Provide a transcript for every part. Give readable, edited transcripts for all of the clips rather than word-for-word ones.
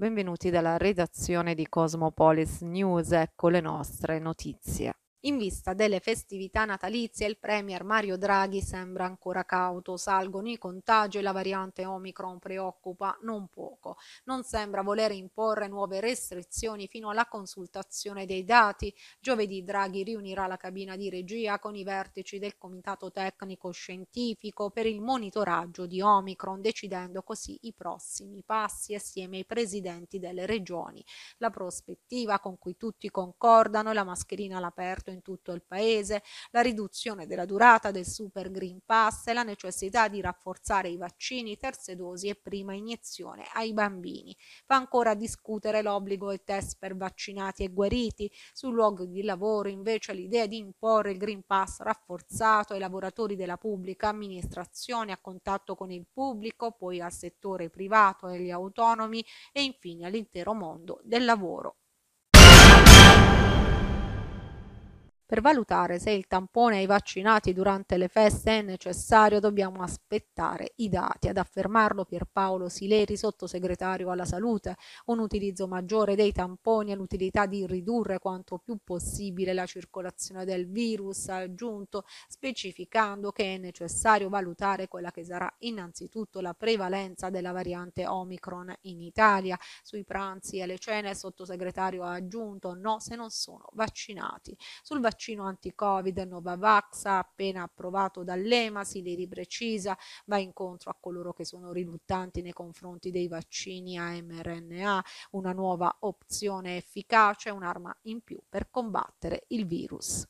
benvenuti dalla redazione di Cosmopolis News, ecco le nostre notizie. In vista delle festività natalizie, il premier Mario Draghi sembra ancora cauto, salgono i contagi e la variante Omicron preoccupa non poco. Non sembra voler imporre nuove restrizioni fino alla consultazione dei dati. Giovedì Draghi riunirà la cabina di regia con i vertici del Comitato Tecnico Scientifico per il monitoraggio di Omicron, decidendo così i prossimi passi assieme ai presidenti delle regioni. La prospettiva con cui tutti concordano è la mascherina all'aperto in tutto il paese, la riduzione della durata del Super Green Pass e la necessità di rafforzare i vaccini, terze dosi e prima iniezione ai bambini. Fa ancora discutere l'obbligo del test per vaccinati e guariti. Sul luogo di lavoro invece l'idea di imporre il Green Pass rafforzato ai lavoratori della pubblica amministrazione a contatto con il pubblico, poi al settore privato e agli autonomi e infine all'intero mondo del lavoro. Per valutare se il tampone ai vaccinati durante le feste è necessario dobbiamo aspettare i dati. Ad affermarlo Pierpaolo Sileri, sottosegretario alla salute. Un utilizzo maggiore dei tamponi e l'utilità di ridurre quanto più possibile la circolazione del virus, ha aggiunto, specificando che è necessario valutare quella che sarà innanzitutto la prevalenza della variante Omicron in Italia. Sui pranzi e le cene il sottosegretario ha aggiunto no se non sono vaccinati. Sul vaccino anti-Covid Novavax, appena approvato dall'EMA, Sileri precisa, va incontro a coloro che sono riluttanti nei confronti dei vaccini a mRNA, una nuova opzione efficace, un'arma in più per combattere il virus.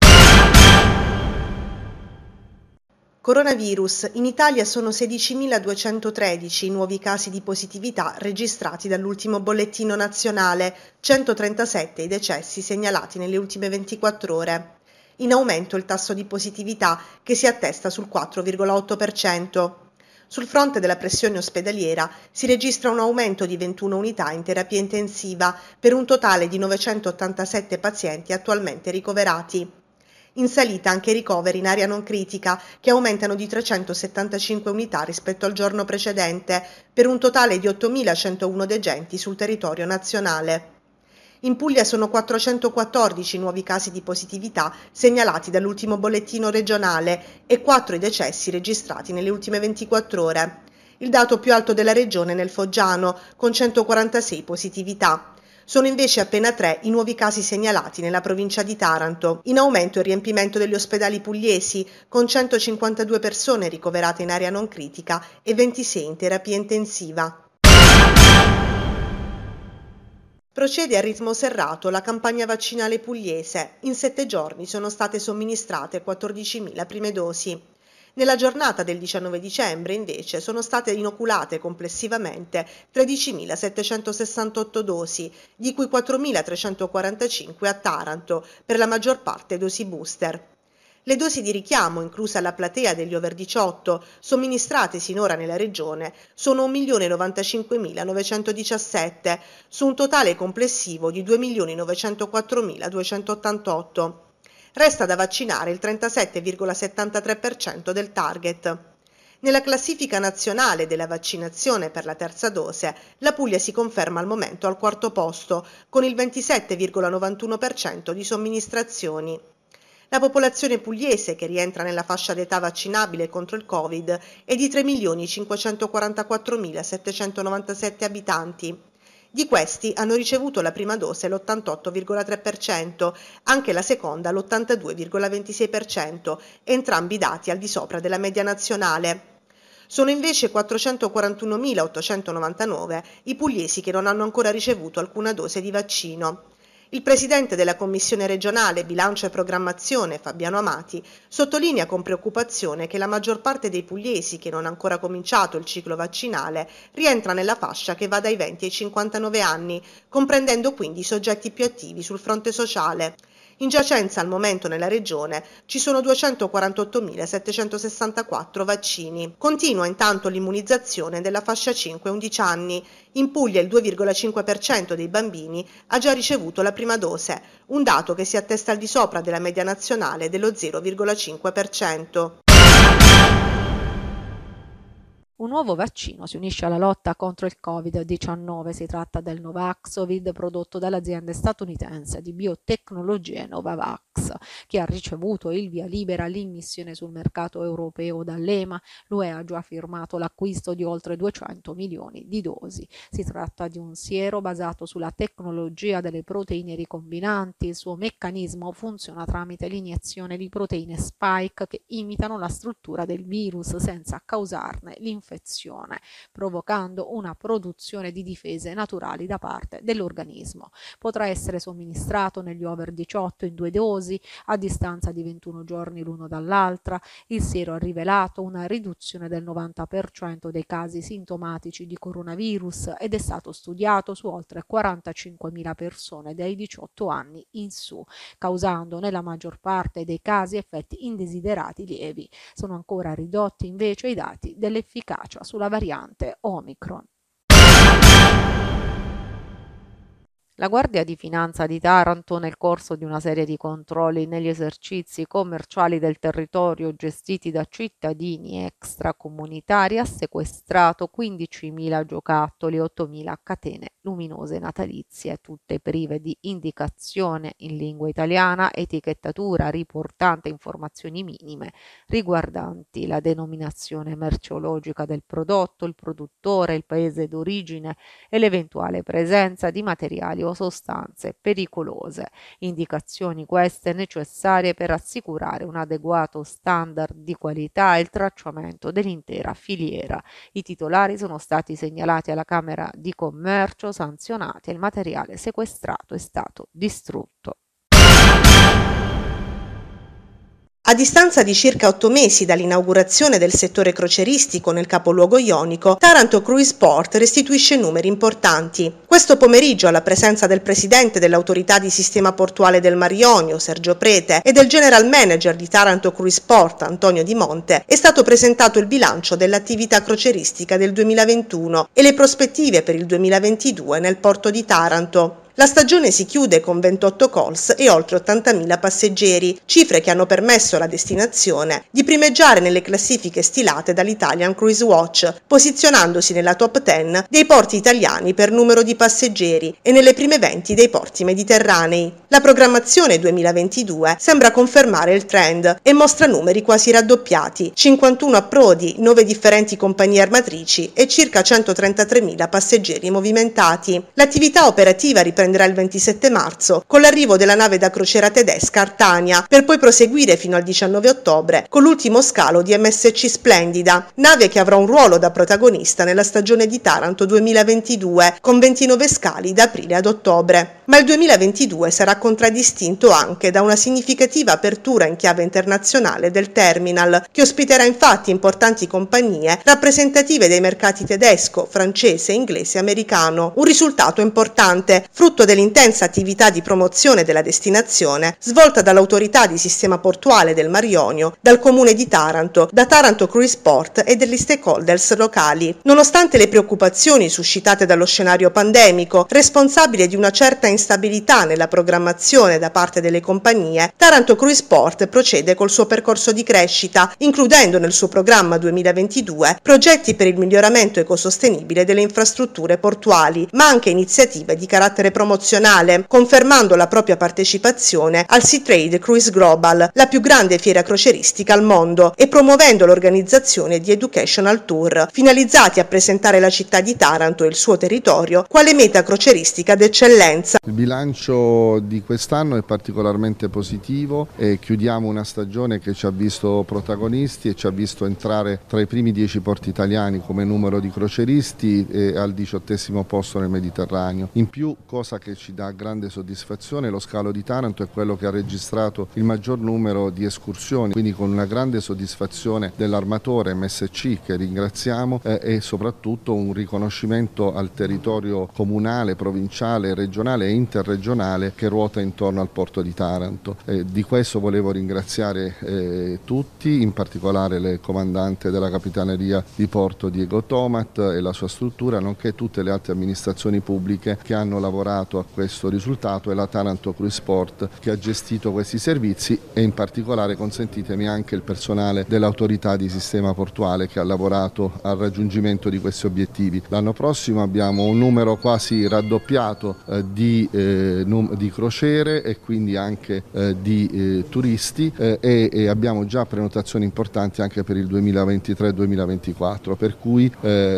Coronavirus. In Italia sono 16.213 i nuovi casi di positività registrati dall'ultimo bollettino nazionale, 137 i decessi segnalati nelle ultime 24 ore. In aumento il tasso di positività che si attesta sul 4,8%. Sul fronte della pressione ospedaliera si registra un aumento di 21 unità in terapia intensiva per un totale di 987 pazienti attualmente ricoverati. In salita anche i ricoveri in area non critica, che aumentano di 375 unità rispetto al giorno precedente, per un totale di 8.101 degenti sul territorio nazionale. In Puglia sono 414 nuovi casi di positività segnalati dall'ultimo bollettino regionale e 4 i decessi registrati nelle ultime 24 ore. Il dato più alto della regione è nel Foggiano, con 146 positività. Sono invece appena 3 i nuovi casi segnalati nella provincia di Taranto. In aumento il riempimento degli ospedali pugliesi, con 152 persone ricoverate in area non critica e 26 in terapia intensiva. Procede a ritmo serrato la campagna vaccinale pugliese. In 7 giorni sono state somministrate 14.000 prime dosi. Nella giornata del 19 dicembre, invece, sono state inoculate complessivamente 13.768 dosi, di cui 4.345 a Taranto, per la maggior parte dosi booster. Le dosi di richiamo, inclusa la platea degli over 18, somministrate sinora nella regione, sono 1.095.917, su un totale complessivo di 2.904.288. Resta da vaccinare il 37,73% del target. Nella classifica nazionale della vaccinazione per la terza dose, la Puglia si conferma al momento al quarto posto, con il 27,91% di somministrazioni. La popolazione pugliese, che rientra nella fascia d'età vaccinabile contro il Covid, è di 3.544.797 abitanti. Di questi hanno ricevuto la prima dose l'88,3%, anche la seconda l'82,26%, entrambi dati al di sopra della media nazionale. Sono invece 441.899 i pugliesi che non hanno ancora ricevuto alcuna dose di vaccino. Il presidente della Commissione regionale Bilancio e Programmazione, Fabiano Amati, sottolinea con preoccupazione che la maggior parte dei pugliesi che non ha ancora cominciato il ciclo vaccinale rientra nella fascia che va dai 20 ai 59 anni, comprendendo quindi i soggetti più attivi sul fronte sociale. In giacenza al momento nella regione ci sono 248.764 vaccini. Continua intanto l'immunizzazione della fascia 5-11 anni. In Puglia il 2,5% dei bambini ha già ricevuto la prima dose, un dato che si attesta al di sopra della media nazionale dello 0,5%. Un nuovo vaccino si unisce alla lotta contro il Covid-19. Si tratta del Nuvaxovid prodotto dall'azienda statunitense di biotecnologie Novavax, che ha ricevuto il via libera all'immissione sul mercato europeo dall'EMA. L'UE ha già firmato l'acquisto di oltre 200 milioni di dosi. Si tratta di un siero basato sulla tecnologia delle proteine ricombinanti. Il suo meccanismo funziona tramite l'iniezione di proteine spike che imitano la struttura del virus senza causarne l'infezione, provocando una produzione di difese naturali da parte dell'organismo. Potrà essere somministrato negli over 18 in 2 dosi a distanza di 21 giorni l'uno dall'altra. Il siero ha rivelato una riduzione del 90% dei casi sintomatici di coronavirus ed è stato studiato su oltre 45.000 persone dai 18 anni in su, causando nella maggior parte dei casi effetti indesiderati lievi. Sono ancora ridotti invece i dati dell'efficacia sulla variante Omicron. La Guardia di Finanza di Taranto, nel corso di una serie di controlli negli esercizi commerciali del territorio gestiti da cittadini extracomunitari, ha sequestrato 15.000 giocattoli e 8.000 catene luminose natalizie, tutte prive di indicazione in lingua italiana, etichettatura riportante informazioni minime riguardanti la denominazione merceologica del prodotto, il produttore, il paese d'origine e l'eventuale presenza di materiali o sostanze pericolose. Indicazioni queste necessarie per assicurare un adeguato standard di qualità e il tracciamento dell'intera filiera. I titolari sono stati segnalati alla Camera di Commercio, sanzionati e il materiale sequestrato è stato distrutto. A distanza di circa 8 mesi dall'inaugurazione del settore croceristico nel capoluogo ionico, Taranto Cruise Port restituisce numeri importanti. Questo pomeriggio, alla presenza del presidente dell'autorità di sistema portuale del Mar Ionio, Sergio Prete, e del general manager di Taranto Cruise Port, Antonio Di Monte, è stato presentato il bilancio dell'attività croceristica del 2021 e le prospettive per il 2022 nel porto di Taranto. La stagione si chiude con 28 calls e oltre 80.000 passeggeri, cifre che hanno permesso alla destinazione di primeggiare nelle classifiche stilate dall'Italian Cruise Watch, posizionandosi nella top 10 dei porti italiani per numero di passeggeri e nelle prime 20 dei porti mediterranei. La programmazione 2022 sembra confermare il trend e mostra numeri quasi raddoppiati, 51 approdi, 9 differenti compagnie armatrici e circa 133.000 passeggeri movimentati. L'attività operativa riprenderà il 27 marzo con l'arrivo della nave da crociera tedesca Artania, per poi proseguire fino al 19 ottobre con l'ultimo scalo di MSC Splendida, nave che avrà un ruolo da protagonista nella stagione di Taranto 2022 con 29 scali da aprile ad ottobre. Ma il 2022 sarà contraddistinto anche da una significativa apertura in chiave internazionale del terminal, che ospiterà infatti importanti compagnie rappresentative dei mercati tedesco, francese, inglese e americano. Un risultato importante, frutto dell'intensa attività di promozione della destinazione svolta dall'autorità di sistema portuale del Mar Ionio, dal comune di Taranto, da Taranto Cruise Port e degli stakeholders locali. Nonostante le preoccupazioni suscitate dallo scenario pandemico, responsabile di una certa instabilità nella programmazione da parte delle compagnie, Taranto Cruise Port procede col suo percorso di crescita, includendo nel suo programma 2022 progetti per il miglioramento ecosostenibile delle infrastrutture portuali, ma anche iniziative di carattere promozionale, confermando la propria partecipazione al Sea Trade Cruise Global, la più grande fiera croceristica al mondo, e promuovendo l'organizzazione di educational tour finalizzati a presentare la città di Taranto e il suo territorio quale meta croceristica d'eccellenza. Il bilancio di quest'anno è particolarmente positivo e chiudiamo una stagione che ci ha visto protagonisti e ci ha visto entrare tra i primi 10 porti italiani come numero di croceristi e al 18° posto nel Mediterraneo. In più, cosa che ci dà grande soddisfazione, lo scalo di Taranto è quello che ha registrato il maggior numero di escursioni, quindi con una grande soddisfazione dell'armatore MSC, che ringraziamo, e soprattutto un riconoscimento al territorio comunale, provinciale, regionale e interregionale che ruota intorno al porto di Taranto. Di questo volevo ringraziare tutti, in particolare il comandante della Capitaneria di Porto Diego Tomat e la sua struttura, nonché tutte le altre amministrazioni pubbliche che hanno lavorato a questo risultato, e la Taranto Cruise Port che ha gestito questi servizi, e in particolare, consentitemi, anche il personale dell'autorità di sistema portuale che ha lavorato al raggiungimento di questi obiettivi. L'anno prossimo abbiamo un numero quasi raddoppiato di crociere e quindi anche di turisti, e abbiamo già prenotazioni importanti anche per il 2023-2024, per cui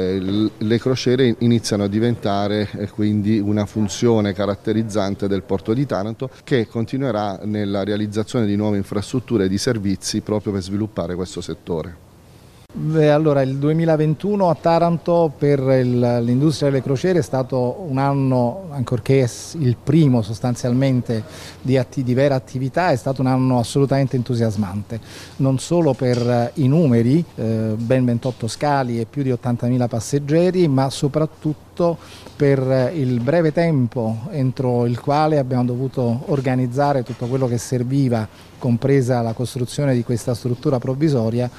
le crociere iniziano a diventare quindi una funzione caratterizzante del porto di Taranto, che continuerà nella realizzazione di nuove infrastrutture e di servizi proprio per sviluppare questo settore. Allora, il 2021 a Taranto per l'industria delle crociere è stato un anno, ancorché il primo sostanzialmente di vera attività, è stato un anno assolutamente entusiasmante, non solo per i numeri, ben 28 scali e più di 80.000 passeggeri, ma soprattutto per il breve tempo entro il quale abbiamo dovuto organizzare tutto quello che serviva, compresa la costruzione di questa struttura provvisoria,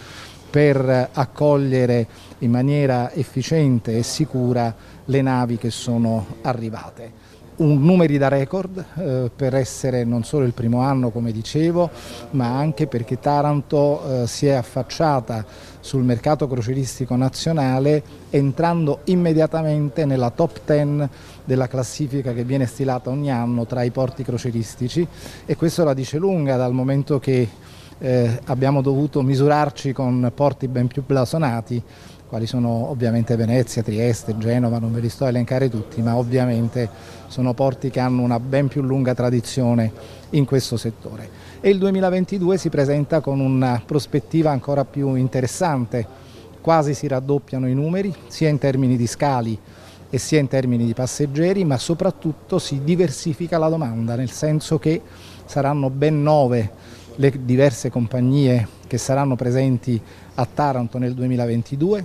per accogliere in maniera efficiente e sicura le navi che sono arrivate. Numeri da record per essere non solo il primo anno, come dicevo, ma anche perché Taranto si è affacciata sul mercato crocieristico nazionale entrando immediatamente nella top 10 della classifica che viene stilata ogni anno tra i porti crocieristici, e questo la dice lunga, dal momento che abbiamo dovuto misurarci con porti ben più blasonati, quali sono ovviamente Venezia, Trieste, Genova, non ve li sto a elencare tutti, ma ovviamente sono porti che hanno una ben più lunga tradizione in questo settore. E il 2022 si presenta con una prospettiva ancora più interessante, quasi si raddoppiano i numeri, sia in termini di scali e sia in termini di passeggeri, ma soprattutto si diversifica la domanda, nel senso che saranno ben 9 le diverse compagnie che saranno presenti a Taranto nel 2022.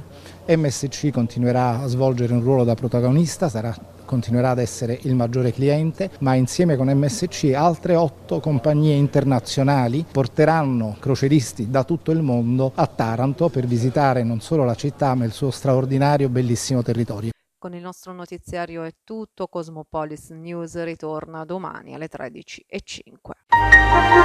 MSC continuerà a svolgere un ruolo da protagonista, continuerà ad essere il maggiore cliente, ma insieme con MSC altre 8 compagnie internazionali porteranno crocieristi da tutto il mondo a Taranto per visitare non solo la città, ma il suo straordinario, bellissimo territorio. Con il nostro notiziario è tutto, Cosmopolis News ritorna domani alle 13:05.